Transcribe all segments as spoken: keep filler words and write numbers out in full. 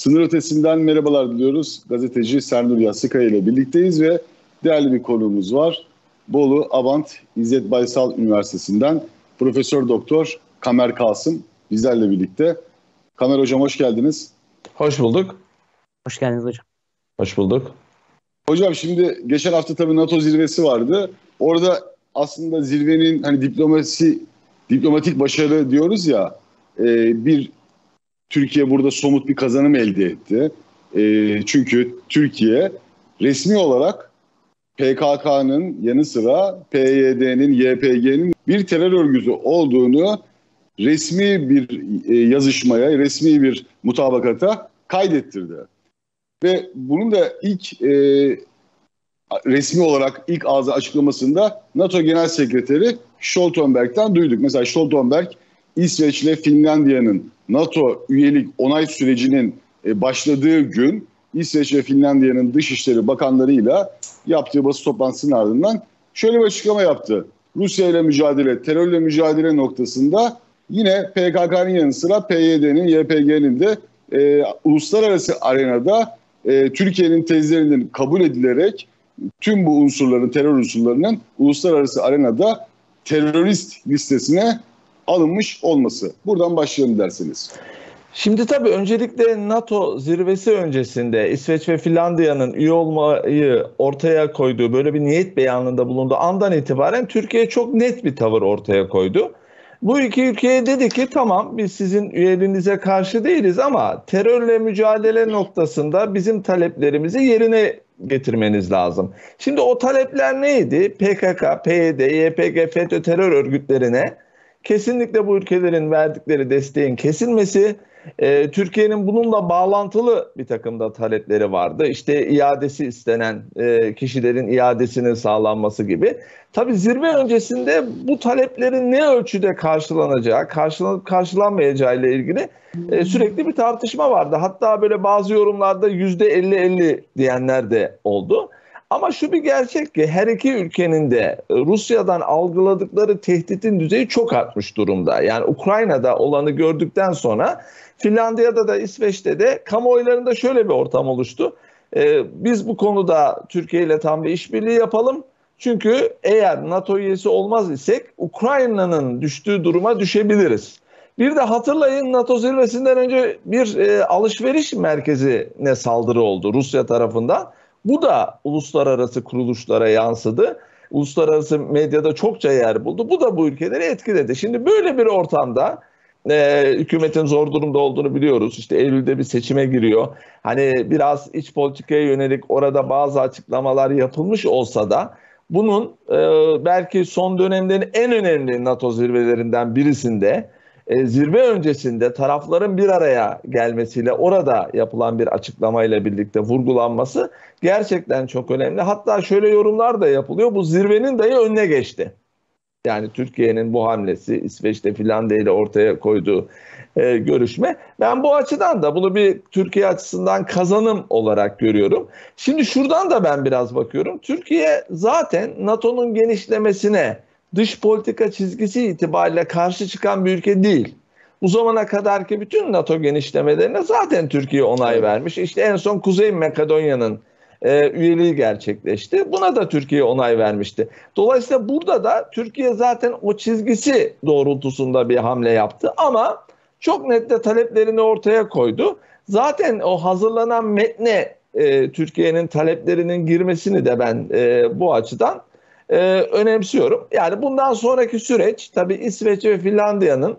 Sınır ötesinden merhabalar diliyoruz. Gazeteci Sernur Yassıkaya ile birlikteyiz ve değerli bir konuğumuz var. Bolu Abant İzzet Baysal Üniversitesi'nden Profesör Doktor Kamer Kasım bizlerle birlikte. Kamer Hocam hoş geldiniz. Hoş bulduk. Hoş geldiniz hocam. Hoş bulduk. Hocam şimdi geçen hafta tabii NATO zirvesi vardı. Orada aslında zirvenin hani diplomasi, diplomatik başarı diyoruz ya, e, bir Türkiye burada somut bir kazanım elde etti. E, çünkü Türkiye resmi olarak P K K'nın yanı sıra P Y D'nin, Y P G'nin bir terör örgütü olduğunu resmi bir e, yazışmaya, resmi bir mutabakata kaydettirdi. Ve bunun da ilk e, resmi olarak ilk ağzı açıklamasında NATO Genel Sekreteri Stoltenberg'ten duyduk. Mesela Stoltenberg, İsveç ile Finlandiya'nın NATO üyelik onay sürecinin başladığı gün İsveç ve Finlandiya'nın Dışişleri Bakanlarıyla yaptığı basın toplantısının ardından şöyle bir açıklama yaptı. Rusya ile mücadele, terörle mücadele noktasında yine P K K'nın yanı sıra P Y D'nin, Y P G'nin de e, uluslararası arenada e, Türkiye'nin tezlerinin kabul edilerek tüm bu unsurların, terör unsurlarının uluslararası arenada terörist listesine alınmış olması. Buradan başlayalım derseniz. Şimdi tabii öncelikle NATO zirvesi öncesinde İsveç ve Finlandiya'nın üye olmayı ortaya koyduğu, böyle bir niyet beyanında bulunduğu andan itibaren Türkiye çok net bir tavır ortaya koydu. Bu iki ülkeye dedi ki tamam, biz sizin üyeliğinize karşı değiliz ama terörle mücadele noktasında bizim taleplerimizi yerine getirmeniz lazım. Şimdi o talepler neydi? P K K, P Y D, Y P G, FETÖ terör örgütlerine kesinlikle bu ülkelerin verdikleri desteğin kesilmesi, e, Türkiye'nin bununla bağlantılı bir takım da talepleri vardı. İşte iadesi istenen e, kişilerin iadesinin sağlanması gibi. Tabii zirve öncesinde bu taleplerin ne ölçüde karşılanacağı, karşılanıp karşılanmayacağı ile ilgili e, sürekli bir tartışma vardı. Hatta böyle bazı yorumlarda yüzde elli elli diyenler de oldu. Ama şu bir gerçek ki her iki ülkenin de Rusya'dan algıladıkları tehditin düzeyi çok artmış durumda. Yani Ukrayna'da olanı gördükten sonra Finlandiya'da da İsveç'te de kamuoylarında şöyle bir ortam oluştu. Ee, biz bu konuda Türkiye ile tam bir işbirliği yapalım. Çünkü eğer NATO üyesi olmaz isek Ukrayna'nın düştüğü duruma düşebiliriz. Bir de hatırlayın, NATO zirvesinden önce bir e, alışveriş merkezine saldırı oldu Rusya tarafından. Bu da uluslararası kuruluşlara yansıdı. Uluslararası medyada çokça yer buldu. Bu da bu ülkeleri etkiledi. Şimdi böyle bir ortamda e, hükümetin zor durumda olduğunu biliyoruz. İşte Eylül'de bir seçime giriyor. Hani biraz iç politikaya yönelik orada bazı açıklamalar yapılmış olsa da bunun e, belki son dönemlerin en önemli NATO zirvelerinden birisinde E, zirve öncesinde tarafların bir araya gelmesiyle orada yapılan bir açıklamayla birlikte vurgulanması gerçekten çok önemli. Hatta şöyle yorumlar da yapılıyor. Bu zirvenin dahi önüne geçti. Yani Türkiye'nin bu hamlesi, İsveç'te Finlandiya ile ortaya koyduğu e, görüşme. Ben bu açıdan da bunu bir Türkiye açısından kazanım olarak görüyorum. Şimdi şuradan da ben biraz bakıyorum. Türkiye zaten NATO'nun genişlemesine dış politika çizgisi itibariyle karşı çıkan bir ülke değil. Bu zamana kadarki bütün NATO genişlemelerine zaten Türkiye onay vermiş. İşte en son Kuzey Makedonya'nın e, üyeliği gerçekleşti. Buna da Türkiye onay vermişti. Dolayısıyla burada da Türkiye zaten o çizgisi doğrultusunda bir hamle yaptı ama çok net de taleplerini ortaya koydu. Zaten o hazırlanan metne e, Türkiye'nin taleplerinin girmesini de ben e, bu açıdan Ee, önemsiyorum. Yani bundan sonraki süreç tabii İsveç ve Finlandiya'nın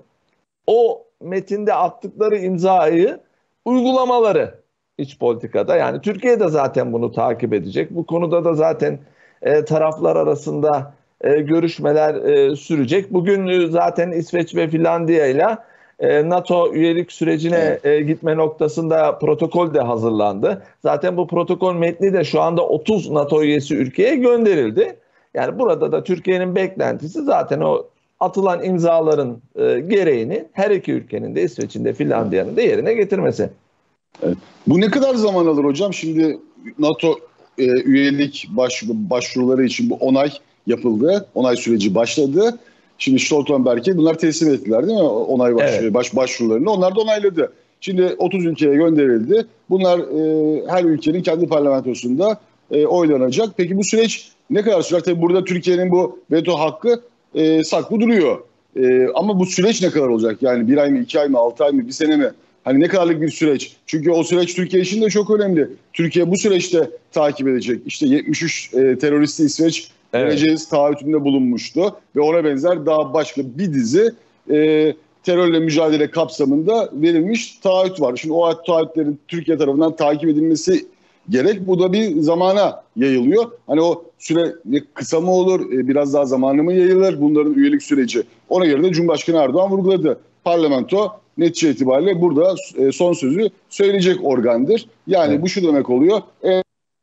o metinde attıkları imzayı uygulamaları iç politikada. Yani Türkiye de zaten bunu takip edecek. Bu konuda da zaten e, taraflar arasında e, görüşmeler e, sürecek. Bugün e, zaten İsveç ve Finlandiya ile e, NATO üyelik sürecine e, gitme noktasında protokol de hazırlandı. Zaten bu protokol metni de şu anda otuz NATO üyesi ülkeye gönderildi. Yani burada da Türkiye'nin beklentisi zaten o atılan imzaların e, gereğini her iki ülkenin de İsveç'in de Finlandiya'nın da yerine getirmesi. Evet. Bu ne kadar zaman alır hocam? Şimdi NATO e, üyelik başvuru, başvuruları için bu onay yapıldı. Onay süreci başladı. Şimdi Stoltenberg'e bunlar teslim ettiler değil mi? Onay baş, Evet. baş, başvurularını. Onlar da onayladı. Şimdi otuz ülkeye gönderildi. Bunlar e, her ülkenin kendi parlamentosunda e, oylanacak. Peki bu süreç ne kadar sürer? Tabii burada Türkiye'nin bu veto hakkı e, saklı duruyor. E, ama bu süreç ne kadar olacak? Yani bir ay mı, iki ay mı, altı ay mı, bir sene mi? Hani ne kadarlık bir süreç? Çünkü o süreç Türkiye için de çok önemli. Türkiye bu süreçte takip edecek. İşte yetmiş üç e, teröristi İsveç Evet. vereceğiz taahhütünde bulunmuştu. Ve ona benzer daha başka bir dizi e, terörle mücadele kapsamında verilmiş taahhüt var. Şimdi o taahhütlerin Türkiye tarafından takip edilmesi gerek. Bu da bir zamana yayılıyor. Hani o süre kısa mı olur, biraz daha zamanı mı yayılır bunların üyelik süreci? Ona göre de Cumhurbaşkanı Erdoğan vurguladı. Parlamento netice itibariyle burada son sözü söyleyecek organdır. Yani evet. Bu şu demek oluyor. Eğer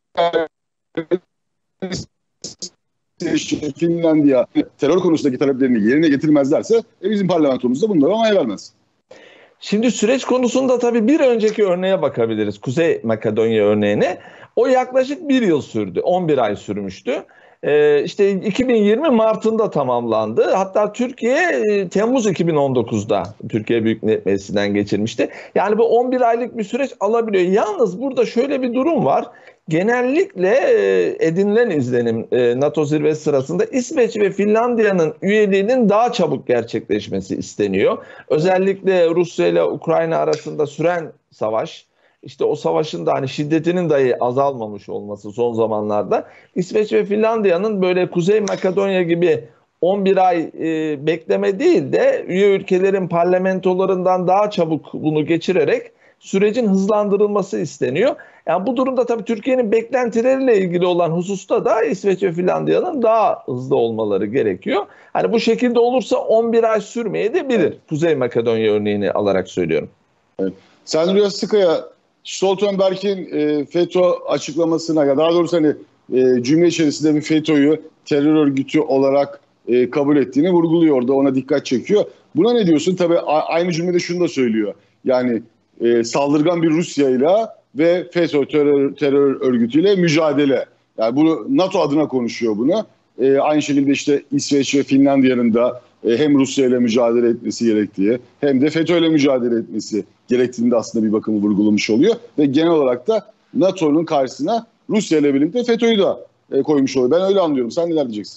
Finlandiya terör konusundaki taleplerini yerine getirmezlerse e, bizim parlamentomuzda bunlara onay vermez. Şimdi süreç konusunda tabii bir önceki örneğe bakabiliriz. Kuzey Makedonya örneğine. O yaklaşık bir yıl sürdü. on bir ay sürmüştü. Ee, işte iki bin yirmi Mart'ında tamamlandı. Hatta Türkiye e, Temmuz iki bin on dokuzda Türkiye Büyük Millet Meclisi'nden geçirmişti. Yani bu on bir aylık bir süreç alabiliyor. Yalnız burada şöyle bir durum var. Genellikle e, edinilen izlenim e, NATO zirvesi sırasında İsveç ve Finlandiya'nın üyeliğinin daha çabuk gerçekleşmesi isteniyor. Özellikle Rusya ile Ukrayna arasında süren savaş, işte o savaşın da hani şiddetinin dahi azalmamış olması son zamanlarda İsveç ve Finlandiya'nın böyle Kuzey Makedonya gibi on bir ay e, bekleme değil de üye ülkelerin parlamentolarından daha çabuk bunu geçirerek sürecin hızlandırılması isteniyor. Yani bu durumda tabii Türkiye'nin beklentileriyle ilgili olan hususta da İsveç ve Finlandiya'nın daha hızlı olmaları gerekiyor. Hani bu şekilde olursa on bir ay sürmeye de bilir. Evet. Kuzey Makedonya örneğini alarak söylüyorum. Evet. Sen Rüya Sıkaya, Stoltenberg'in e, FETÖ açıklamasına, ya daha doğrusu hani e, cümle içerisinde bir FETÖ'yü terör örgütü olarak e, kabul ettiğini vurguluyor. Orada ona dikkat çekiyor. Buna ne diyorsun? Tabii a- aynı cümlede şunu da söylüyor. Yani e, saldırgan bir Rusya'yla ve FETÖ terör, terör örgütüyle mücadele. Yani bunu NATO adına konuşuyor bunu. E, aynı şekilde işte İsveç ve Finlandiya'nın da e, hem Rusya ile mücadele etmesi gerektiği hem de FETÖ ile mücadele etmesi gerektiğini de aslında bir bakıma vurgulamış oluyor. Ve genel olarak da NATO'nun karşısına Rusya ile birlikte FETÖ'yü de e, koymuş oluyor. Ben öyle anlıyorum. Sen neler diyeceksin?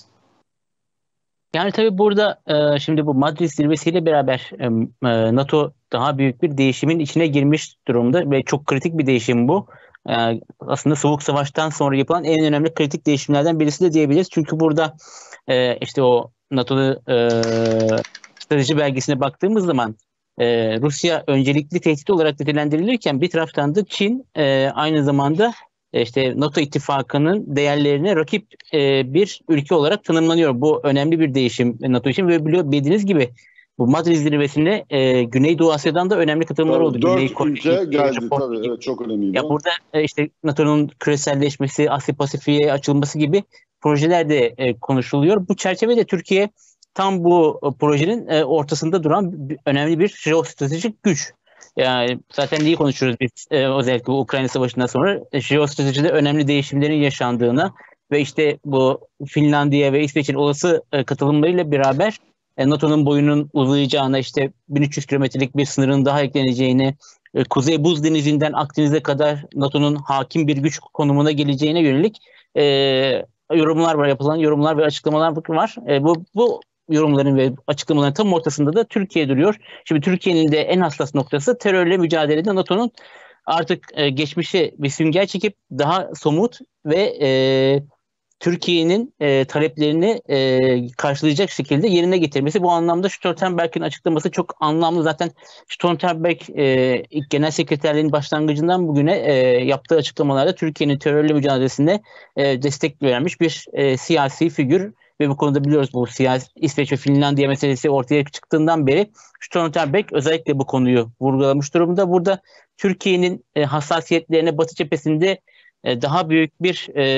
Yani tabii burada e, şimdi bu Madrid zirvesiyle beraber e, e, NATO daha büyük bir değişimin içine girmiş durumda ve çok kritik bir değişim bu. E, aslında Soğuk Savaş'tan sonra yapılan en önemli kritik değişimlerden birisi de diyebiliriz. Çünkü burada e, işte o NATO'da e, strateji belgesine baktığımız zaman e, Rusya öncelikli tehdit olarak nitelendirilirken bir taraftan da Çin e, aynı zamanda işte NATO ittifakının değerlerine rakip e, bir ülke olarak tanımlanıyor. Bu önemli bir değişim NATO için ve biliyor, bildiğiniz gibi bu Madrid zirvesinde e, Güneydoğu Asya'dan da önemli katılımlar oldu. Dört Güney Kore, ülke geldi Japon, tabii. Evet, çok önemliydi. Ya burada e, işte NATO'nun küreselleşmesi, Asya Pasifik'e açılması gibi projeler de e, konuşuluyor. Bu çerçevede Türkiye tam bu e, projenin e, ortasında duran bir, önemli bir jeostratejik güç. Yani zaten iyi konuşuyoruz biz e, özellikle bu Ukrayna Savaşı'ndan sonra e, jeostratejide önemli değişimlerin yaşandığını ve işte bu Finlandiya ve İsveç'in olası e, katılımlarıyla beraber e, NATO'nun boyunun uzayacağına, işte bin üç yüz kilometrelik bir sınırın daha ekleneceğini, e, Kuzey Buz Denizi'nden Akdeniz'e kadar NATO'nun hakim bir güç konumuna geleceğine yönelik e, yorumlar var, yapılan yorumlar ve açıklamalar var. E, bu bu yorumların ve açıklamaların tam ortasında da Türkiye duruyor. Şimdi Türkiye'nin de en hassas noktası terörle mücadelede NATO'nun artık e, geçmişe bir sünger çekip daha somut ve e, Türkiye'nin e, taleplerini e, karşılayacak şekilde yerine getirmesi. Bu anlamda Stoltenberg'in açıklaması çok anlamlı. Zaten Stoltenberg e, ilk genel sekreterliğin başlangıcından bugüne e, yaptığı açıklamalarda Türkiye'nin terörle mücadelesine e, destek vermiş bir e, siyasi figür. Ve bu konuda biliyoruz bu siyasi İsveç ve Finlandiya meselesi ortaya çıktığından beri Stoltenberg özellikle bu konuyu vurgulamış durumda. Burada Türkiye'nin e, hassasiyetlerine Batı cephesinde e, daha büyük bir e,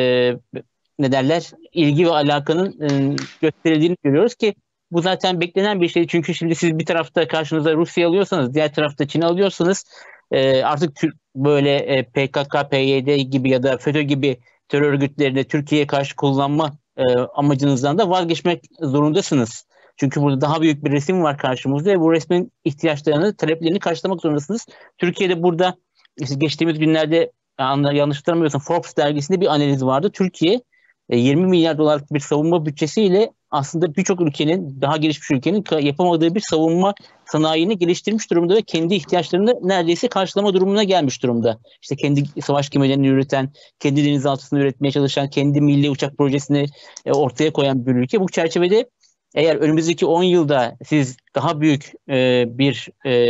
ne derler ilgi ve alakanın e, gösterildiğini görüyoruz ki bu zaten beklenen bir şey. Çünkü şimdi siz bir tarafta karşınıza Rusya alıyorsanız, diğer tarafta Çin alıyorsanız e, artık böyle e, P K K, P Y D gibi ya da FETÖ gibi terör örgütlerini Türkiye'ye karşı kullanma e, amacınızdan da vazgeçmek zorundasınız. Çünkü burada daha büyük bir resim var karşımızda ve bu resmin ihtiyaçlarını, taleplerini karşılamak zorundasınız. Türkiye'de burada işte geçtiğimiz günlerde, yanlış hatırlamıyorsam, Forbes dergisinde bir analiz vardı. Türkiye yirmi milyar dolarlık bir savunma bütçesiyle aslında birçok ülkenin, daha gelişmiş ülkenin yapamadığı bir savunma sanayini geliştirmiş durumda ve kendi ihtiyaçlarını neredeyse karşılama durumuna gelmiş durumda. İşte kendi savaş gemilerini üreten, kendi denizaltısını üretmeye çalışan, kendi milli uçak projesini ortaya koyan bir ülke. Bu çerçevede eğer önümüzdeki on yılda siz daha büyük e, bir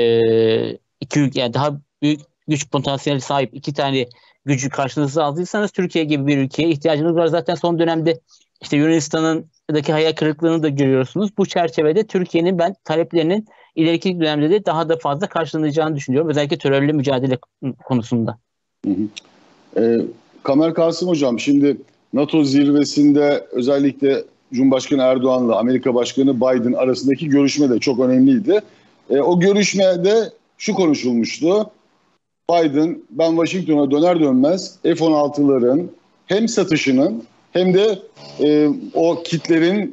e, iki ülke, yani daha büyük güç potansiyeli sahip iki tane gücü karşınıza aldıysanız Türkiye gibi bir ülkeye ihtiyacınız var. Zaten son dönemde işte Yunanistan'daki hayal kırıklığını da görüyorsunuz. Bu çerçevede Türkiye'nin ben taleplerinin ileriki dönemde de daha da fazla karşılanacağını düşünüyorum. Özellikle terörle mücadele konusunda. Hı hı. E, Kamer Kasım Hocam, şimdi NATO zirvesinde özellikle Cumhurbaşkanı Erdoğan'la Amerika Başkanı Biden arasındaki görüşme de çok önemliydi. E, o görüşmede şu konuşulmuştu. Biden, ben Washington'a döner dönmez F on altıların hem satışının hem de e, o kitlerin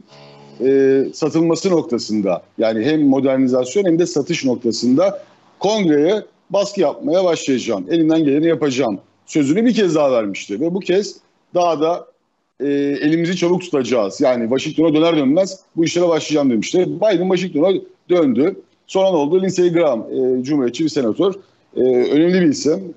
e, satılması noktasında, yani hem modernizasyon hem de satış noktasında Kongreye baskı yapmaya başlayacağım. Elimden geleni yapacağım sözünü bir kez daha vermişti. Ve bu kez daha da e, elimizi çabuk tutacağız. Yani Washington'a döner dönmez bu işlere başlayacağım demişti. Biden Washington'a döndü. Sonra ne oldu? Lindsey Graham, e, Cumhuriyetçi bir senatör. Ee, önemli bir isim.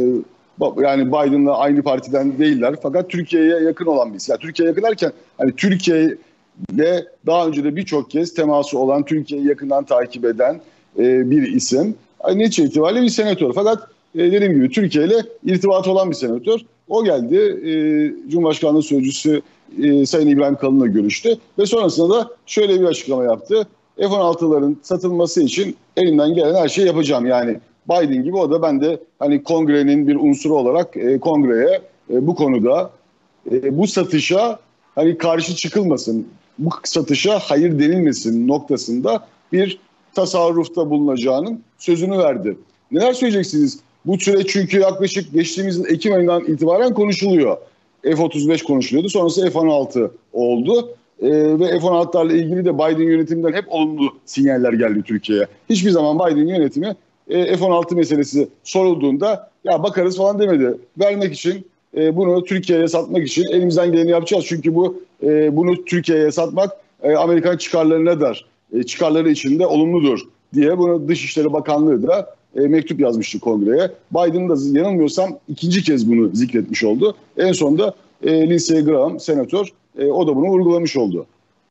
Ee, yani Biden'la aynı partiden değiller. Fakat Türkiye'ye yakın olan bir isim. Yani Türkiye'ye yakın derken hani Türkiye ile daha önce de birçok kez teması olan, Türkiye'yi yakından takip eden e, bir isim. Yani netice itibariyle bir senatör. Fakat e, dediğim gibi Türkiye ile irtibatı olan bir senatör. O geldi. E, Cumhurbaşkanlığı Sözcüsü e, Sayın İbrahim Kalın'la görüştü. Ve sonrasında da şöyle bir açıklama yaptı. F on altıların satılması için elimden gelen her şeyi yapacağım. Yani Biden gibi o da, ben de hani kongrenin bir unsuru olarak e, kongreye e, bu konuda e, bu satışa hani karşı çıkılmasın, bu satışa hayır denilmesin noktasında bir tasarrufta bulunacağının sözünü verdi. Neler söyleyeceksiniz? Bu süreç çünkü yaklaşık geçtiğimiz yıl Ekim ayından itibaren konuşuluyor. F otuz beş konuşuluyordu, sonrası F on altı oldu. Ee, ve F on altılarla ilgili de Biden yönetiminden hep olumlu sinyaller geldi Türkiye'ye. Hiçbir zaman Biden yönetimi F on altı meselesi sorulduğunda ya bakarız falan demedi. Vermek için, e, bunu Türkiye'ye satmak için elimizden geleni yapacağız. Çünkü bu e, bunu Türkiye'ye satmak e, Amerikan çıkarlarına dar, e, çıkarları için de olumludur diye bunu Dışişleri Bakanlığı da e, mektup yazmıştı kongreye. Biden da yanılmıyorsam ikinci kez bunu zikretmiş oldu. En sonunda e, Lindsey Graham senatör e, o da bunu vurgulamış oldu.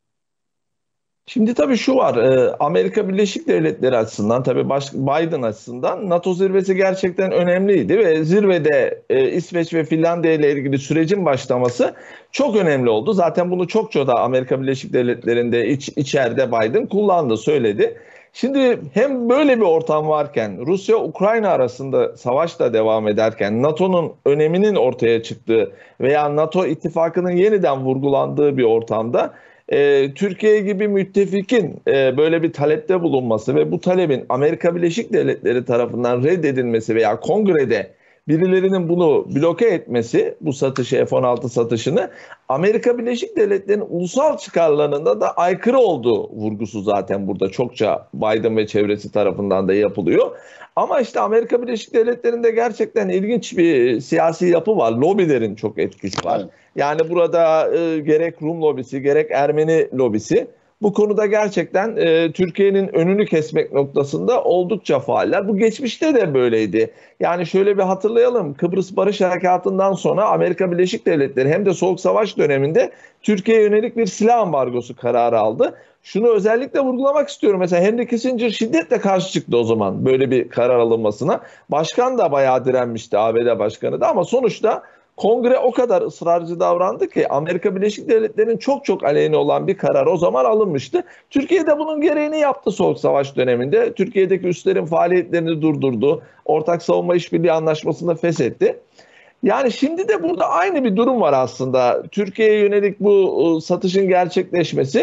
Şimdi tabii şu var, Amerika Birleşik Devletleri açısından, tabii Biden açısından NATO zirvesi gerçekten önemliydi ve zirvede İsveç ve Finlandiya ile ilgili sürecin başlaması çok önemli oldu. Zaten bunu çokça da Amerika Birleşik Devletleri'nde iç, içeride Biden kullandı, söyledi. Şimdi hem böyle bir ortam varken, Rusya-Ukrayna arasında savaş da devam ederken, NATO'nun öneminin ortaya çıktığı veya NATO ittifakının yeniden vurgulandığı bir ortamda Ee, Türkiye gibi müttefikin e, böyle bir talepte bulunması ve bu talebin Amerika Birleşik Devletleri tarafından reddedilmesi veya kongrede birilerinin bunu bloke etmesi, bu satışı, F on altı satışını, Amerika Birleşik Devletleri'nin ulusal çıkarlarında da aykırı olduğu vurgusu zaten burada çokça Biden ve çevresi tarafından da yapılıyor. Ama işte Amerika Birleşik Devletleri'nde gerçekten ilginç bir siyasi yapı var. Lobilerin çok etkisi var. Yani burada e, gerek Rum lobisi gerek Ermeni lobisi bu konuda gerçekten e, Türkiye'nin önünü kesmek noktasında oldukça faaller. Bu geçmişte de böyleydi. Yani şöyle bir hatırlayalım. Kıbrıs Barış Harekatı'ndan sonra Amerika Birleşik Devletleri hem de Soğuk Savaş döneminde Türkiye'ye yönelik bir silah ambargosu kararı aldı. Şunu özellikle vurgulamak istiyorum. Mesela Henry Kissinger şiddetle karşı çıktı o zaman böyle bir karar alınmasına. Başkan da bayağı direnmişti, A B D Başkanı da, ama sonuçta Kongre o kadar ısrarcı davrandı ki Amerika Birleşik Devletleri'nin çok çok aleyhine olan bir karar o zaman alınmıştı. Türkiye de bunun gereğini yaptı Soğuk Savaş döneminde. Türkiye'deki üslerin faaliyetlerini durdurdu. Ortak Savunma İşbirliği Anlaşması'nı feshetti. Yani şimdi de burada aynı bir durum var aslında. Türkiye'ye yönelik bu satışın gerçekleşmesi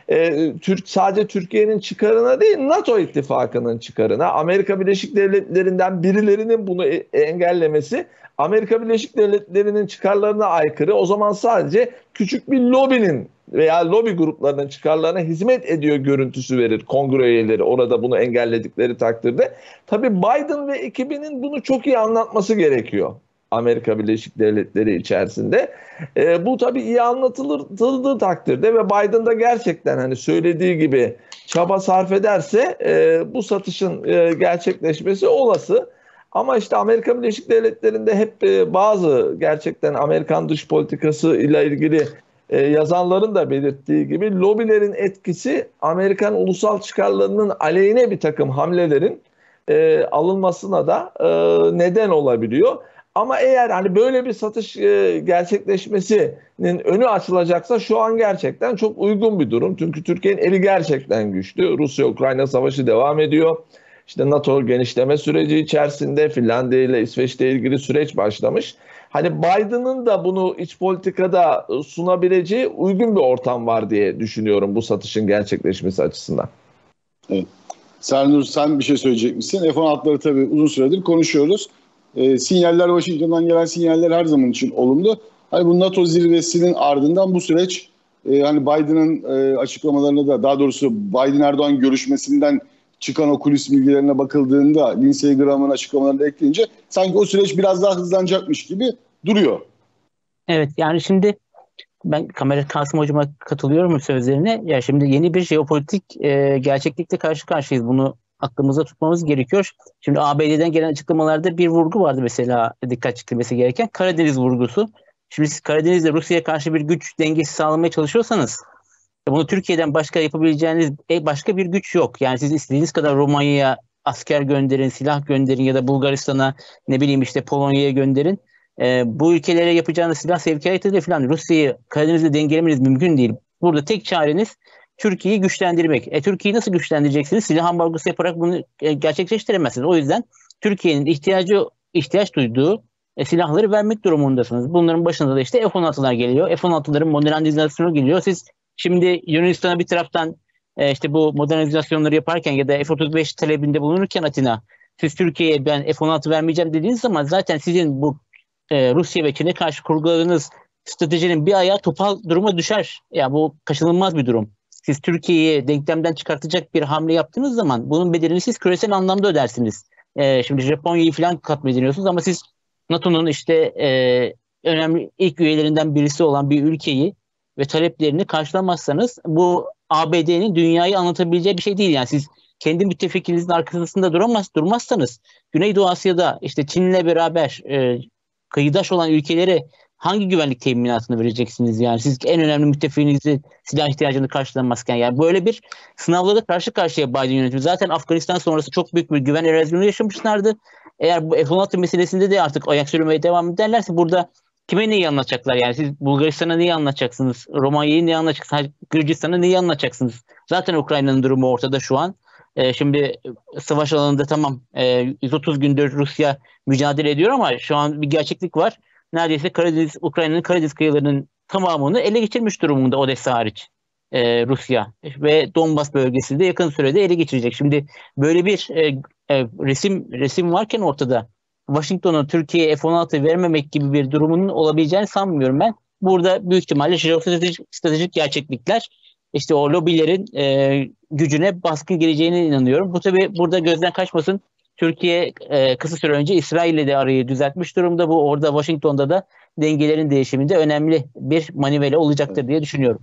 e, Türk sadece Türkiye'nin çıkarına değil, NATO ittifakının çıkarına, Amerika Birleşik Devletleri'nden birilerinin bunu e- engellemesi Amerika Birleşik Devletleri'nin çıkarlarına aykırı. O zaman sadece küçük bir lobinin veya lobi gruplarının çıkarlarına hizmet ediyor görüntüsü verir kongre üyeleri orada bunu engelledikleri takdirde. Tabii Biden ve ekibinin bunu çok iyi anlatması gerekiyor Amerika Birleşik Devletleri içerisinde. E, bu tabii iyi anlatıldığı takdirde ve Biden da gerçekten hani söylediği gibi çaba sarf ederse e, bu satışın e, gerçekleşmesi olası. Ama işte Amerika Birleşik Devletleri'nde hep e, bazı gerçekten Amerikan dış politikası ile ilgili e, yazanların da belirttiği gibi lobilerin etkisi Amerikan ulusal çıkarlarının aleyhine bir takım hamlelerin e, alınmasına da e, neden olabiliyor. Ama eğer hani böyle bir satış e, gerçekleşmesinin önü açılacaksa şu an gerçekten çok uygun bir durum. Çünkü Türkiye'nin eli gerçekten güçlü. Rusya-Ukrayna savaşı devam ediyor. İşte NATO genişleme süreci içerisinde Finlandiya ile İsveç'le ilgili süreç başlamış. Hani Biden'ın da bunu iç politikada sunabileceği uygun bir ortam var diye düşünüyorum bu satışın gerçekleşmesi açısından. Evet. Sernur, sen bir şey söyleyecek misin? F on altıları tabii uzun süredir konuşuyoruz. E, sinyaller, Washington'dan gelen sinyaller her zaman için olumlu. Hani bu NATO zirvesinin ardından bu süreç e, hani Biden'ın e, açıklamalarına da, daha doğrusu Biden-Erdoğan görüşmesinden çıkan o kulis bilgilerine bakıldığında, Lindsey Graham'ın açıklamalarını da ekleyince sanki o süreç biraz daha hızlanacakmış gibi duruyor. Evet, yani şimdi ben Kamera Kasım Hocam'a katılıyorum sözlerine. Ya şimdi yeni bir jeopolitik e, gerçeklikle karşı karşıyayız. Bunu aklımızda tutmamız gerekiyor. Şimdi A B D'den gelen açıklamalarda bir vurgu vardı mesela dikkat çekilmesi gereken. Karadeniz vurgusu. Şimdi siz Karadeniz'de Rusya'ya karşı bir güç dengesi sağlamaya çalışıyorsanız bunu Türkiye'den başka yapabileceğiniz başka bir güç yok. Yani siz istediğiniz kadar Romanya'ya asker gönderin, silah gönderin ya da Bulgaristan'a, ne bileyim işte Polonya'ya gönderin. Ee, bu ülkelere yapacağınız silah sevkiyatıyla falan Rusya'yı Karadeniz'de dengelemeniz mümkün değil. Burada tek çareniz Türkiye'yi güçlendirmek. E, Türkiye'yi nasıl güçlendireceksiniz? Silah ambargosu yaparak bunu e, gerçekleştiremezsiniz. O yüzden Türkiye'nin ihtiyacı ihtiyaç duyduğu e, silahları vermek durumundasınız. Bunların başında da işte F on altılar geliyor. F on altıların modernizasyonu geliyor. Siz şimdi Yunanistan'a bir taraftan e, işte bu modernizasyonları yaparken ya da F otuz beş talebinde bulunurken Atina, siz Türkiye'ye ben F on altı vermeyeceğim dediğiniz zaman zaten sizin bu e, Rusya ve Çin'e karşı kurguladığınız stratejinin bir ayağı topal duruma düşer. Ya yani bu kaçınılmaz bir durum. Siz Türkiye'yi denklemden çıkartacak bir hamle yaptığınız zaman bunun bedelini siz küresel anlamda ödersiniz. E, şimdi Japonya'yı falan katmediniyorsunuz ama siz NATO'nun işte e, önemli ilk üyelerinden birisi olan bir ülkeyi ve taleplerini karşılamazsanız bu A B D'nin dünyayı anlatabileceği bir şey değil. Yani siz kendi müttefikinizin arkasında duramaz, durmazsanız Güneydoğu Asya'da işte Çin'le beraber e, kıyıdaş olan ülkelere hangi güvenlik teminatını vereceksiniz? Yani siz en önemli müttefiğinizin silah ihtiyacını karşılamazken yani böyle bir sınavla da karşı karşıya Biden yönetimi. Zaten Afganistan sonrası çok büyük bir güven erozyonu yaşamışlardı. Eğer bu F on altı meselesinde de artık ayak sürmeye devam ederlerse burada kime neyi anlatacaklar? Yani siz Bulgaristan'a neyi anlatacaksınız? Romanya'yı neyi anlatacaksınız? Gürcistan'a neyi anlatacaksınız? Zaten Ukrayna'nın durumu ortada şu an. Ee, şimdi savaş alanında tamam e, yüz otuz gündür Rusya mücadele ediyor ama şu an bir gerçeklik var. Neredeyse Karadeniz, Ukrayna'nın Karadeniz kıyılarının tamamını ele geçirmiş durumunda Odessa hariç e, Rusya. Ve Donbas bölgesinde de yakın sürede ele geçirecek. Şimdi böyle bir e, e, resim resim varken ortada Washington'un Türkiye'ye F on altı vermemek gibi bir durumunun olabileceğini sanmıyorum ben. Burada büyük ihtimalle stratejik, stratejik gerçeklikler işte o lobilerin e, gücüne baskın geleceğine inanıyorum. Bu tabii burada gözden kaçmasın. Türkiye e, kısa süre önce İsrail'le de arayı düzeltmiş durumda. Bu orada Washington'da da dengelerin değişiminde önemli bir manivela olacaktır diye düşünüyorum.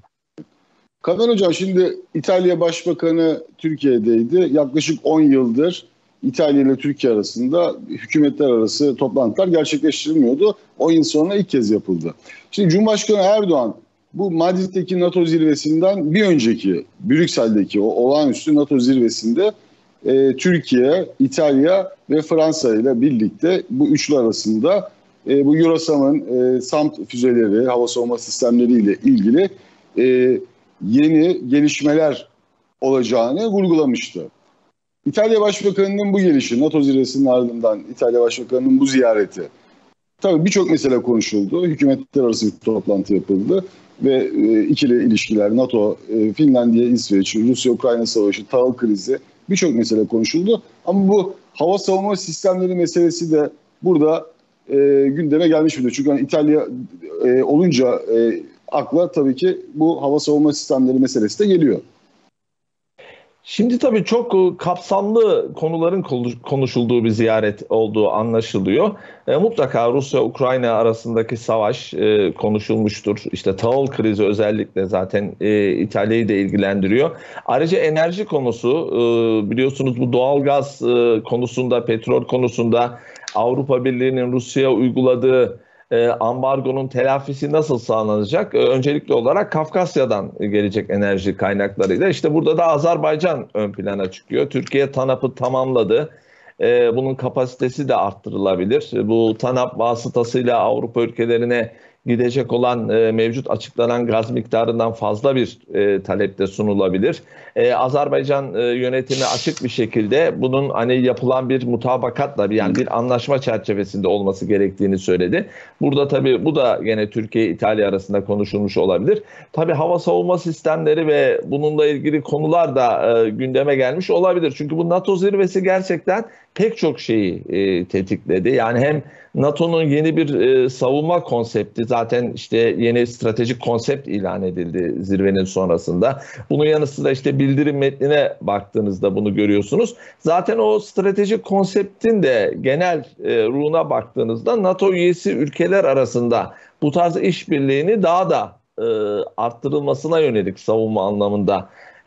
Kamer Hocam, şimdi İtalya Başbakanı Türkiye'deydi. Yaklaşık on yıldır İtalya ile Türkiye arasında hükümetler arası toplantılar gerçekleştirilmiyordu. on yıl sonra ilk kez yapıldı. Şimdi Cumhurbaşkanı Erdoğan bu Madrid'deki NATO zirvesinden bir önceki Brüksel'deki o olağanüstü NATO zirvesinde e, Türkiye, İtalya ve Fransa ile birlikte bu üçlü arasında e, bu Eurosam'ın e, SAMP füzeleri, hava savunma sistemleri ile ilgili e, yeni gelişmeler olacağını vurgulamıştı. İtalya Başbakanı'nın bu gelişi, NATO zirvesinin ardından İtalya Başbakanı'nın bu ziyareti, tabii birçok mesele konuşuldu. Hükümetler arası bir toplantı yapıldı. ve e, ikili ilişkiler, NATO, e, Finlandiya, İsveç, Rusya-Ukrayna savaşı, tahıl krizi, birçok mesele konuşuldu. Ama bu hava savunma sistemleri meselesi de burada e, gündeme gelmiş bir de. Çünkü hani İtalya e, olunca e, akla tabii ki bu hava savunma sistemleri meselesi de geliyor. Şimdi tabii çok kapsamlı konuların konuşulduğu bir ziyaret olduğu anlaşılıyor. E, mutlaka Rusya-Ukrayna arasındaki savaş e, konuşulmuştur. İşte tahıl krizi özellikle zaten e, İtalya'yı da ilgilendiriyor. Ayrıca enerji konusu, e, biliyorsunuz bu doğalgaz e, konusunda, petrol konusunda Avrupa Birliği'nin Rusya'ya uyguladığı e, ambargonun telafisi nasıl sağlanacak? E, öncelikli olarak Kafkasya'dan gelecek enerji kaynaklarıyla. İşte burada da Azerbaycan ön plana çıkıyor. Türkiye TANAP'ı tamamladı. E, bunun kapasitesi de arttırılabilir. Bu TANAP vasıtasıyla Avrupa ülkelerine gidecek olan e, mevcut açıklanan gaz miktarından fazla bir e, talepte sunulabilir. E, Azerbaycan e, yönetimi açık bir şekilde bunun hani yapılan bir mutabakatla, yani bir anlaşma çerçevesinde olması gerektiğini söyledi. Burada tabii bu da yine Türkiye-İtalya arasında konuşulmuş olabilir. Tabii hava savunma sistemleri ve bununla ilgili konular da e, gündeme gelmiş olabilir. Çünkü bu NATO zirvesi gerçekten pek çok şeyi e, tetikledi. Yani hem NATO'nun yeni bir e, savunma konsepti, zaten işte yeni stratejik konsept ilan edildi zirvenin sonrasında. Bunun yanı sıra işte bildirim metnine baktığınızda bunu görüyorsunuz. Zaten o stratejik konseptin de genel e, ruhuna baktığınızda NATO üyesi ülkeler arasında bu tarz işbirliğini daha da e, arttırılmasına yönelik savunma anlamında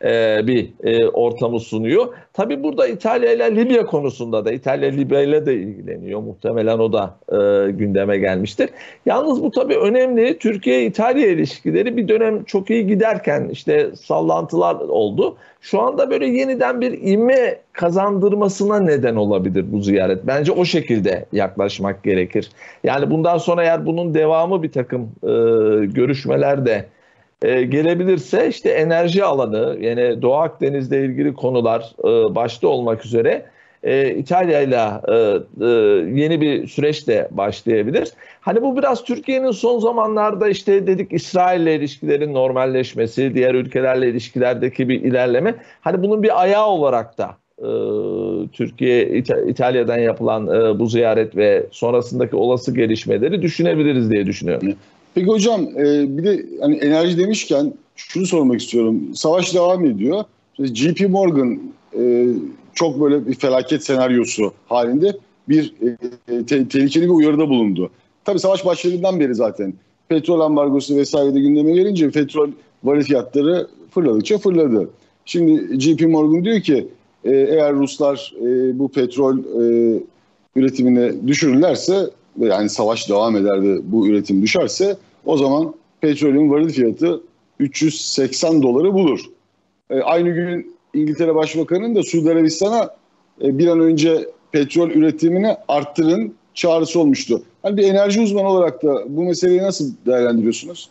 bir ortamı sunuyor. Tabii burada İtalya ile Libya konusunda da, İtalya Libya ile de ilgileniyor. Muhtemelen o da e, gündeme gelmiştir. Yalnız bu tabii önemli. Türkiye-İtalya ilişkileri bir dönem çok iyi giderken işte sallantılar oldu. Şu anda böyle yeniden bir ivme kazandırmasına neden olabilir bu ziyaret. Bence o şekilde yaklaşmak gerekir. Yani bundan sonra eğer bunun devamı bir takım e, görüşmeler de Ee, gelebilirse işte enerji alanı, yani Doğu Akdeniz'le ilgili konular e, başta olmak üzere e, İtalya ile e, yeni bir süreç de başlayabilir. Hani bu biraz Türkiye'nin son zamanlarda işte dedik İsrail'le ilişkilerin normalleşmesi, diğer ülkelerle ilişkilerdeki bir ilerleme. Hani bunun bir ayağı olarak da e, Türkiye İta- İtalya'dan yapılan e, bu ziyaret ve sonrasındaki olası gelişmeleri düşünebiliriz diye düşünüyorum. Peki hocam, e, bir de hani enerji demişken şunu sormak istiyorum. Savaş devam ediyor. J P Morgan e, çok böyle bir felaket senaryosu halinde bir e, te- tehlikeli bir uyarıda bulundu. Tabii savaş başlarından beri zaten petrol ambargosu vesaire de gündeme gelince petrol varil fiyatları fırladıkça fırladı. Şimdi J P Morgan diyor ki e, eğer Ruslar e, bu petrol e, üretimini düşürürlerse, yani savaş devam eder ve bu üretim düşerse, o zaman petrolün varil fiyatı üç yüz seksen doları bulur. E, aynı gün İngiltere Başbakanı'nın da Suudi Arabistan'a e, bir an önce petrol üretimini arttırın çağrısı olmuştu. Hani bir enerji uzmanı olarak da bu meseleyi nasıl değerlendiriyorsunuz?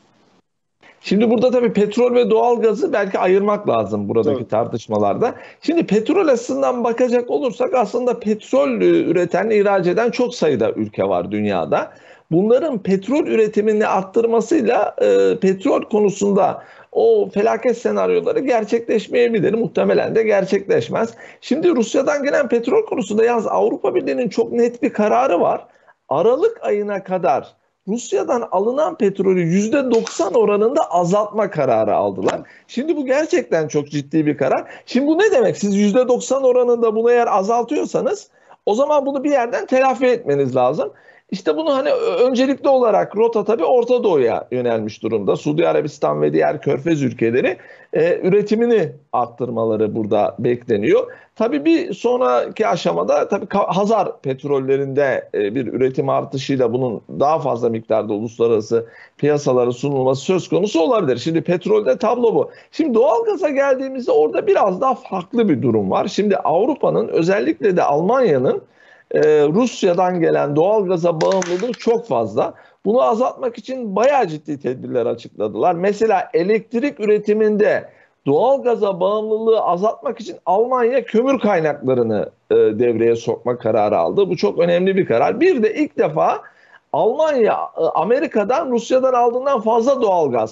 Şimdi burada tabii petrol ve doğalgazı belki ayırmak lazım buradaki Tabii. tartışmalarda. Şimdi petrol açısından bakacak olursak aslında petrol üreten, ihraç eden çok sayıda ülke var dünyada. Bunların petrol üretimini arttırmasıyla e, petrol konusunda o felaket senaryoları gerçekleşmeyebilir. Muhtemelen de gerçekleşmez. Şimdi Rusya'dan gelen petrol konusunda yalnız Avrupa Birliği'nin çok net bir kararı var. Aralık ayına kadar Rusya'dan alınan petrolü yüzde doksan oranında azaltma kararı aldılar. Şimdi bu gerçekten çok ciddi bir karar. Şimdi bu ne demek? Siz yüzde doksan oranında bunu eğer azaltıyorsanız o zaman bunu bir yerden telafi etmeniz lazım. İşte bunu hani öncelikli olarak rota tabii Orta Doğu'ya yönelmiş durumda. Suudi Arabistan ve diğer Körfez ülkeleri e, üretimini arttırmaları burada bekleniyor. Tabii bir sonraki aşamada tabii Hazar petrollerinde e, bir üretim artışıyla bunun daha fazla miktarda uluslararası piyasalara sunulması söz konusu olabilir. Şimdi petrolde tablo bu. Şimdi doğalgaza geldiğimizde orada biraz daha farklı bir durum var. Şimdi Avrupa'nın, özellikle de Almanya'nın Ee, Rusya'dan gelen doğalgaza bağımlılığı çok fazla. Bunu azaltmak için bayağı ciddi tedbirler açıkladılar. Mesela elektrik üretiminde doğalgaza bağımlılığı azaltmak için Almanya kömür kaynaklarını e, devreye sokma kararı aldı. Bu çok önemli bir karar. Bir de ilk defa Almanya e, Amerika'dan, Rusya'dan aldığından fazla doğalgaz e,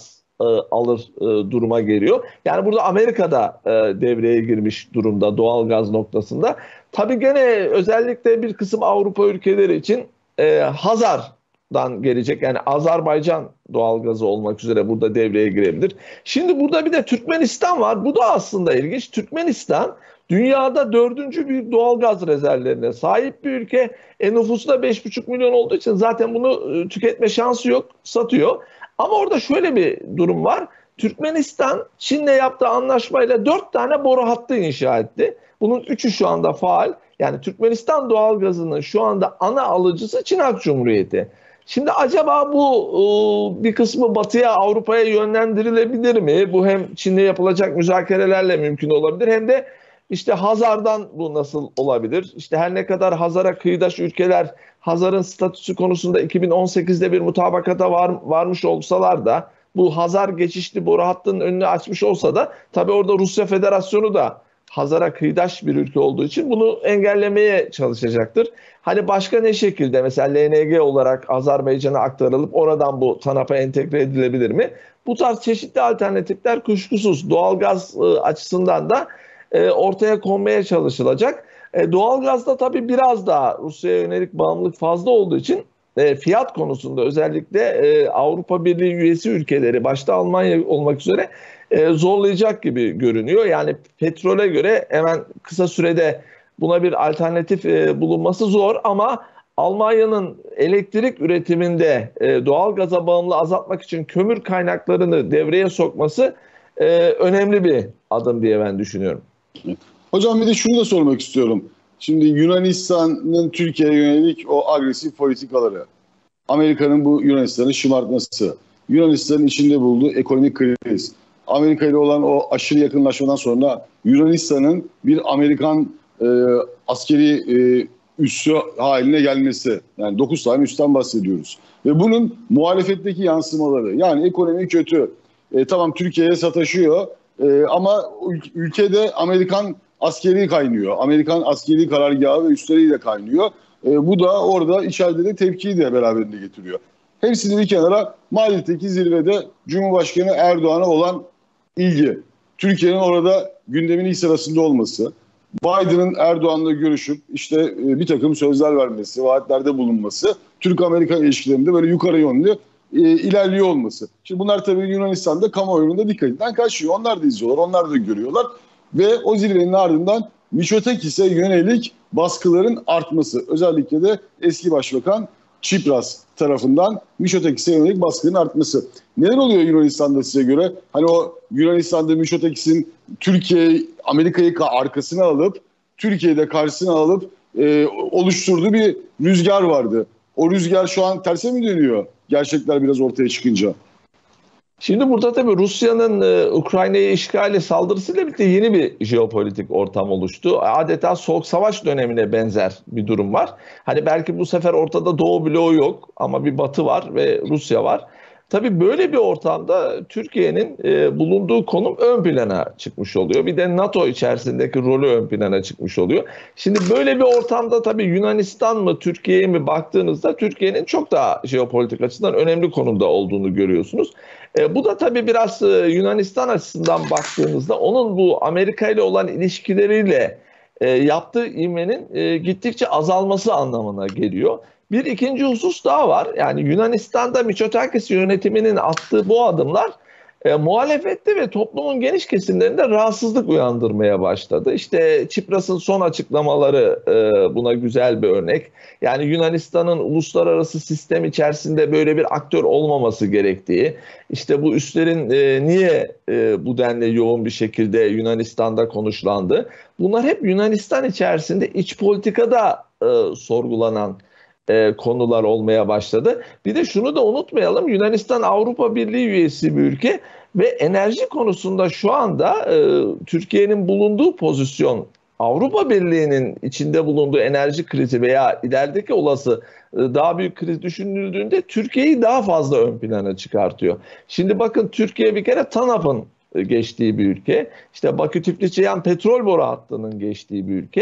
e, alır e, duruma geliyor. Yani burada Amerika'da e, devreye girmiş durumda doğalgaz noktasında. Tabii gene özellikle bir kısım Avrupa ülkeleri için e, Hazar'dan gelecek. Yani Azerbaycan doğalgazı olmak üzere burada devreye girebilir. Şimdi burada bir de Türkmenistan var. Bu da aslında ilginç. Türkmenistan dünyada dördüncü büyük doğalgaz rezervlerine sahip bir ülke. E, nüfusu da beş buçuk milyon olduğu için zaten bunu e, tüketme şansı yok, satıyor. Ama orada şöyle bir durum var. Türkmenistan Çin'le yaptığı anlaşmayla dört tane boru hattı inşa etti. Bunun üçü şu anda faal. Yani Türkmenistan doğalgazının şu anda ana alıcısı Çin Halk Cumhuriyeti. Şimdi acaba bu e, bir kısmı batıya, Avrupa'ya yönlendirilebilir mi? Bu hem Çin'le yapılacak müzakerelerle mümkün olabilir, hem de işte Hazar'dan bu nasıl olabilir? İşte her ne kadar Hazar'a kıyıdaş ülkeler Hazar'ın statüsü konusunda iki bin on sekizde bir mutabakata var, varmış olsalar da, bu Hazar geçişli boru hattının önünü açmış olsa da tabii orada Rusya Federasyonu da Hazar'a kıyıdaş bir ülke olduğu için bunu engellemeye çalışacaktır. Hani başka ne şekilde mesela L N G olarak Azerbaycan'a aktarılıp oradan bu TANAP'a entegre edilebilir mi? Bu tarz çeşitli alternatifler kuşkusuz doğalgaz e, açısından da e, ortaya konmaya çalışılacak. E, doğalgazda tabii biraz daha Rusya'ya yönelik bağımlılık fazla olduğu için e, fiyat konusunda özellikle e, Avrupa Birliği üyesi ülkeleri başta Almanya olmak üzere e, zorlayacak gibi görünüyor. Yani petrole göre hemen kısa sürede buna bir alternatif e, bulunması zor, ama Almanya'nın elektrik üretiminde e, doğalgaza bağımlılığı azaltmak için kömür kaynaklarını devreye sokması e, önemli bir adım diye ben düşünüyorum. Hocam bir de şunu da sormak istiyorum. Şimdi Yunanistan'ın Türkiye'ye yönelik o agresif politikaları, Amerika'nın bu Yunanistan'ı şımartması, Yunanistan'ın içinde bulduğu ekonomik kriz, Amerika ile olan o aşırı yakınlaşmadan sonra Yunanistan'ın bir Amerikan e, askeri e, üssü haline gelmesi. Yani dokuz tane üstten bahsediyoruz. Ve bunun muhalefetteki yansımaları. Yani ekonomi kötü. E, tamam Türkiye'ye sataşıyor e, ama ülkede Amerikan askeri kaynıyor. Amerikan askeri karargahı ve üstleriyle kaynıyor. E, bu da orada içeride de tepkiyi de beraberinde getiriyor. Hepsini bir kenara, Madrid'deki zirvede Cumhurbaşkanı Erdoğan'a olan ilgi, Türkiye'nin orada gündemin ilk sırasında olması, Biden'ın Erdoğan'la görüşüp işte bir takım sözler vermesi, vaatlerde bulunması, Türk-Amerika ilişkilerinde böyle yukarı yönlü e, ilerliyor olması. Şimdi bunlar tabii Yunanistan'da kamuoyunda dikkatinden kaçıyor. Onlar da izliyorlar, onlar da görüyorlar. Ve o zirvenin ardından Mitsotakis'e yönelik baskıların artması. Özellikle de eski başbakan Tsipras tarafından Mitsotakis'e yönelik baskının artması. Neler oluyor Yunanistan'da size göre? Hani o Yunanistan'da Mitsotakis'in Türkiye, Amerika'yı arkasına alıp, Türkiye'de karşısına alıp e, oluşturduğu bir rüzgar vardı. O rüzgar şu an terse mi dönüyor? Gerçekler biraz ortaya çıkınca. Şimdi burada tabii Rusya'nın e, Ukrayna'ya işgali saldırısıyla birlikte yeni bir jeopolitik ortam oluştu. Adeta Soğuk Savaş dönemine benzer bir durum var. Hani belki bu sefer ortada Doğu bloğu yok ama bir Batı var ve Rusya var. Tabii böyle bir ortamda Türkiye'nin e, bulunduğu konum ön plana çıkmış oluyor. Bir de NATO içerisindeki rolü ön plana çıkmış oluyor. Şimdi böyle bir ortamda tabii Yunanistan mı Türkiye'ye mi baktığınızda Türkiye'nin çok daha jeopolitik açıdan önemli konumda olduğunu görüyorsunuz. E, bu da tabii biraz e, Yunanistan açısından baktığınızda onun bu Amerika ile olan ilişkileriyle e, yaptığı ivmenin e, gittikçe azalması anlamına geliyor. Bir ikinci husus daha var. Yani Yunanistan'da Mitsotakis yönetiminin attığı bu adımlar e, muhalefette ve toplumun geniş kesimlerinde rahatsızlık uyandırmaya başladı. İşte Tsipras'ın son açıklamaları e, buna güzel bir örnek. Yani Yunanistan'ın uluslararası sistem içerisinde böyle bir aktör olmaması gerektiği, işte bu üslerin e, niye e, bu denli yoğun bir şekilde Yunanistan'da konuşlandı. Bunlar hep Yunanistan içerisinde iç politikada e, sorgulanan E, konular olmaya başladı. Bir de şunu da unutmayalım, Yunanistan Avrupa Birliği üyesi bir ülke ve enerji konusunda şu anda e, Türkiye'nin bulunduğu pozisyon, Avrupa Birliği'nin içinde bulunduğu enerji krizi veya ilerideki olası e, daha büyük kriz düşünüldüğünde Türkiye'yi daha fazla ön plana çıkartıyor. Şimdi bakın, Türkiye bir kere TANAP'ın geçtiği bir ülke. İşte Bakü-Tiflis-Ceyhan petrol boru hattının geçtiği bir ülke.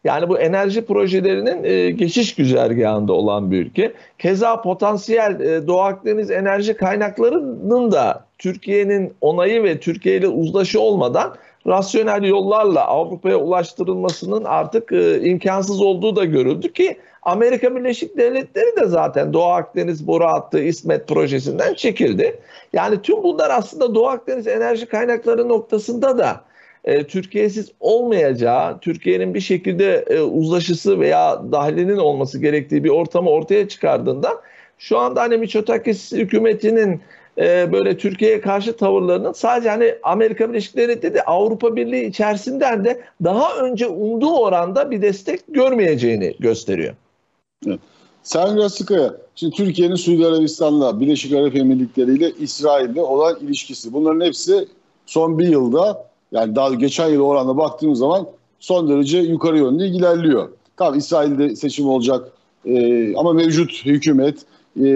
Yani bu enerji projelerinin e, geçiş güzergahında olan bir ülke. Keza potansiyel e, Doğu Akdeniz enerji kaynaklarının da Türkiye'nin onayı ve Türkiye ile uzlaşı olmadan rasyonel yollarla Avrupa'ya ulaştırılmasının artık e, imkansız olduğu da görüldü ki Amerika Birleşik Devletleri de zaten Doğu Akdeniz boru hattı İSMET projesinden çekildi. Yani tüm bunlar aslında Doğu Akdeniz enerji kaynakları noktasında da e, Türkiye'siz olmayacağı, Türkiye'nin bir şekilde e, uzlaşısı veya dahilinin olması gerektiği bir ortamı ortaya çıkardığında şu anda hani Mitsotakis hükümetinin e, böyle Türkiye'ye karşı tavırlarının sadece hani Amerika Birleşik Devletleri de Avrupa Birliği içerisinden de daha önce umduğu oranda bir destek görmeyeceğini gösteriyor. Evet. Sayın Rastıkaya, şimdi Türkiye'nin Suudi Arabistan'la, Birleşik Arap Emirlikleri ile İsrail'le olan ilişkisi, bunların hepsi son bir yılda, yani daha geçen yıl oranla baktığımız zaman son derece yukarı yönlü ilerliyor. Tamam, İsrail'de seçim olacak e, ama mevcut hükümet e,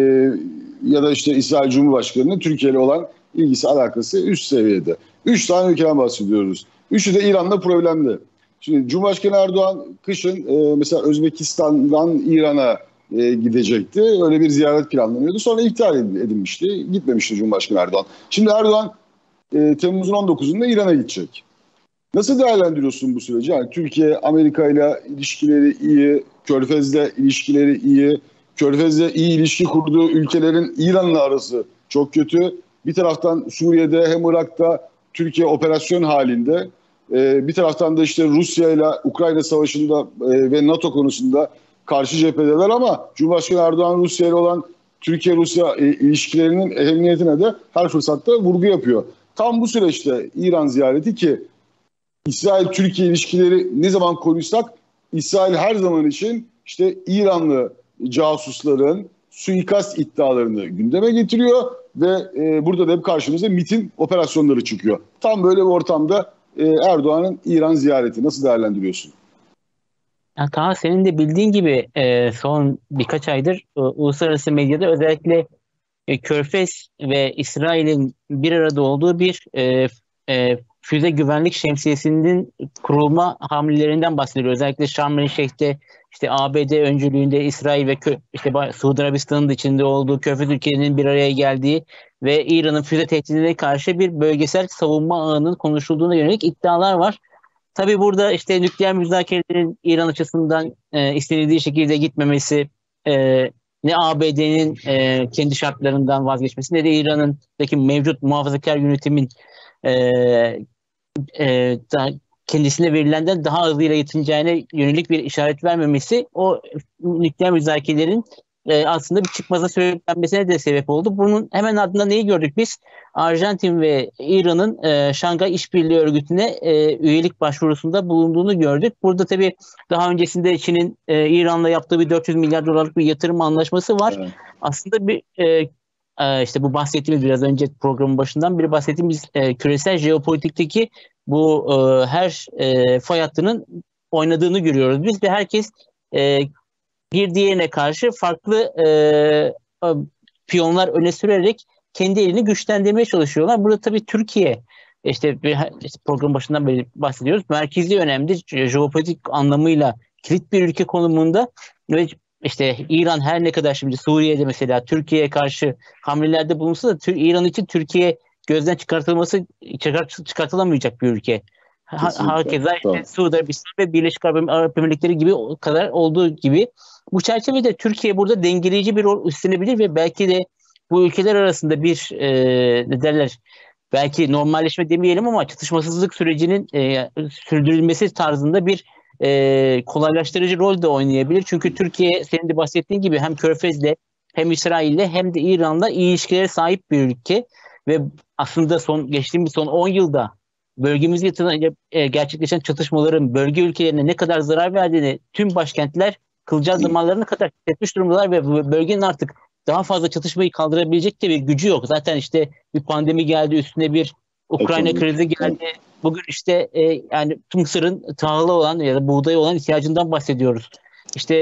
ya da işte İsrail Cumhurbaşkanı'nın Türkiye ile olan ilgisi, alakası üst seviyede. Üç tane ülkeden bahsediyoruz. Üçü de İran'la problemli. Şimdi Cumhurbaşkanı Erdoğan kışın e, mesela Özbekistan'dan İran'a e, gidecekti. Öyle bir ziyaret planlanıyordu. Sonra iptal edilmişti. Gitmemişti Cumhurbaşkanı Erdoğan. Şimdi Erdoğan e, Temmuz'un on dokuzunda İran'a gidecek. Nasıl değerlendiriyorsun bu süreci? Yani Türkiye Amerika ile ilişkileri iyi, Körfez'le ilişkileri iyi, Körfez'le iyi ilişki kurduğu ülkelerin İran'la arası çok kötü. Bir taraftan Suriye'de hem Irak'ta Türkiye operasyon halinde. Ee, bir taraftan da işte Rusya ile Ukrayna savaşında e, ve NATO konusunda karşı cephedeler ama Cumhurbaşkanı Erdoğan Rusya ile olan Türkiye-Rusya e, ilişkilerinin ehemmiyetine de her fırsatta vurgu yapıyor. Tam bu süreçte İran ziyareti, ki İsrail-Türkiye ilişkileri ne zaman konuşsak İsrail her zaman için işte İranlı casusların suikast iddialarını gündeme getiriyor ve e, burada da hep karşımıza MİT'in operasyonları çıkıyor. Tam böyle bir ortamda e, Erdoğan'ın İran ziyareti nasıl değerlendiriyorsun? Ya, Taha, senin de bildiğin gibi e, son birkaç aydır e, uluslararası medyada özellikle e, Körfez ve İsrail'in bir arada olduğu bir e, e, füze güvenlik şemsiyesinin kurulma hamlelerinden bahsediyor. Özellikle Şarm El Şeyh'te işte A B D öncülüğünde İsrail ve Kö- işte Suudi Arabistan'ın da içinde olduğu Körfez ülkelerinin bir araya geldiği ve İran'ın füze tehdidine karşı bir bölgesel savunma ağının konuşulduğuna yönelik iddialar var. Tabii burada işte nükleer müzakerelerin İran açısından e, istenildiği şekilde gitmemesi, e, ne A B D'nin e, kendi şartlarından vazgeçmesi ne de İran'ındaki mevcut muhafazakar yönetimin e, e, da, kendisine verilenden daha hızlıyla yetineceğine yönelik bir işaret vermemesi o nükleer müzakerelerin e, aslında bir çıkmaza sürüklenmesine de sebep oldu. Bunun hemen ardından neyi gördük biz? Arjantin ve İran'ın e, Şangay İşbirliği Örgütü'ne e, üyelik başvurusunda bulunduğunu gördük. Burada tabii daha öncesinde Çin'in e, İran'la yaptığı bir dört yüz milyar dolarlık bir yatırım anlaşması var. Evet. Aslında bir e, e, işte bu bahsettiğimiz, biraz önce programın başından beri bahsettiğimiz e, küresel jeopolitikteki bu e, her e, fay hattının oynadığını görüyoruz biz ve herkes e, bir diğerine karşı farklı e, piyonlar öne sürerek kendi elini güçlendirmeye çalışıyorlar. Burada tabii Türkiye, işte, işte program başından beri bahsediyoruz, merkezi önemli, jeopolitik anlamıyla kilit bir ülke konumunda ve işte İran her ne kadar şimdi Suriye'de mesela Türkiye'ye karşı hamlelerde bulunsa da İran için Türkiye gözden çıkartılması çıkart, çıkartılamayacak bir ülke. Hakeza işte Suudi Arabistan ve Birleşik Arap Emirlikleri gibi o kadar olduğu gibi. Bu çerçevede Türkiye burada dengeleyici bir rol üstlenebilir ve belki de bu ülkeler arasında bir e, ne derler, belki normalleşme demeyelim ama çatışmasızlık sürecinin e, sürdürülmesi tarzında bir e, kolaylaştırıcı rol de oynayabilir. Çünkü Türkiye, senin de bahsettiğin gibi, hem Körfez'le hem İsrail'le hem de İran'la iyi ilişkilere sahip bir ülke ve aslında son geçtiğimiz son on yılda bölgemizde gerçekleşen çatışmaların bölge ülkelerine ne kadar zarar verdiğini tüm başkentler kılcal damarlarına kadar hissetmiş durumdalar ve bölgenin artık daha fazla çatışmayı kaldırabilecek de bir gücü yok. Zaten işte bir pandemi geldi, üstüne bir Ukrayna krizi geldi. Bugün işte e, yani Mısır'ın tahılı olan ya da buğdaya olan ihtiyacından bahsediyoruz. İşte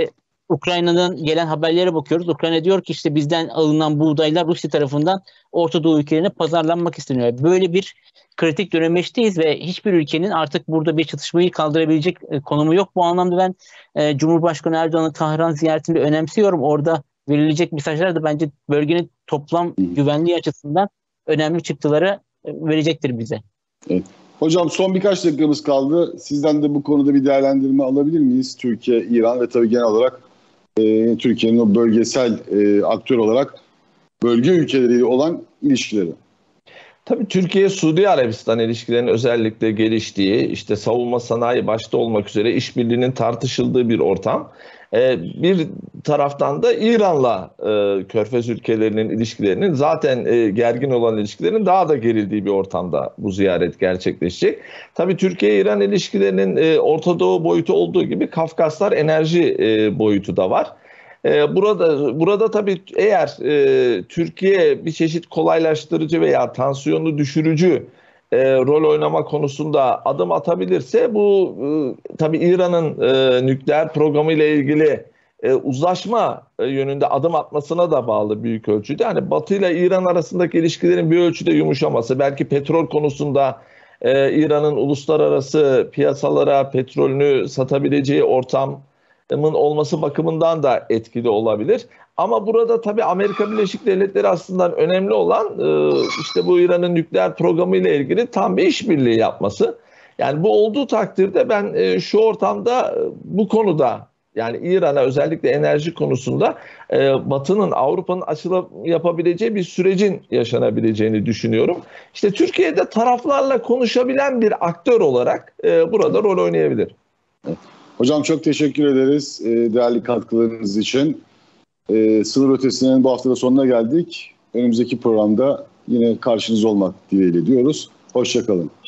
Ukrayna'dan gelen haberlere bakıyoruz. Ukrayna diyor ki işte bizden alınan buğdaylar Rusya tarafından Orta Doğu ülkelerine pazarlanmak isteniyor. Böyle bir kritik dönemeçteyiz ve hiçbir ülkenin artık burada bir çatışmayı kaldırabilecek e, konumu yok. Bu anlamda ben e, Cumhurbaşkanı Erdoğan'ın Tahran ziyaretini önemsiyorum. Orada verilecek mesajlar da bence bölgenin toplam güvenliği açısından önemli çıktıları e, verecektir bize. Evet. Hocam son birkaç dakikamız kaldı. Sizden de bu konuda bir değerlendirme alabilir miyiz? Türkiye, İran ve tabii genel olarak e, Türkiye'nin o bölgesel e, aktör olarak bölge ülkeleriyle olan ilişkileri. Tabii Türkiye-Suudi Arabistan ilişkilerinin özellikle geliştiği, işte savunma sanayi başta olmak üzere işbirliğinin tartışıldığı bir ortam. Ee, bir taraftan da İran'la e, Körfez ülkelerinin ilişkilerinin zaten e, gergin olan ilişkilerin daha da gerildiği bir ortamda bu ziyaret gerçekleşecek. Tabii Türkiye-İran ilişkilerinin e, Orta Doğu boyutu olduğu gibi Kafkaslar enerji e, boyutu da var. Burada burada tabii eğer e, Türkiye bir çeşit kolaylaştırıcı veya tansiyonu düşürücü e, rol oynama konusunda adım atabilirse bu e, tabii İran'ın e, nükleer programı ile ilgili e, uzlaşma e, yönünde adım atmasına da bağlı büyük ölçüde. Hani Batı ile İran arasındaki ilişkilerin bir ölçüde yumuşaması, belki petrol konusunda e, İran'ın uluslararası piyasalara petrolünü satabileceği ortam olması bakımından da etkili olabilir. Ama burada tabii Amerika Birleşik Devletleri aslında önemli olan işte bu İran'ın nükleer programı ile ilgili tam bir işbirliği yapması. Yani bu olduğu takdirde ben şu ortamda bu konuda, yani İran'a özellikle enerji konusunda Batı'nın, Avrupa'nın açılıp yapabileceği bir sürecin yaşanabileceğini düşünüyorum. İşte Türkiye'de taraflarla konuşabilen bir aktör olarak burada rol oynayabilir. Evet. Hocam çok teşekkür ederiz e, değerli katkılarınız için. E, Sınır Ötesi'nin bu haftada sonuna geldik. Önümüzdeki programda yine karşınızda olmak dileğiyle diyoruz. Hoşça kalın.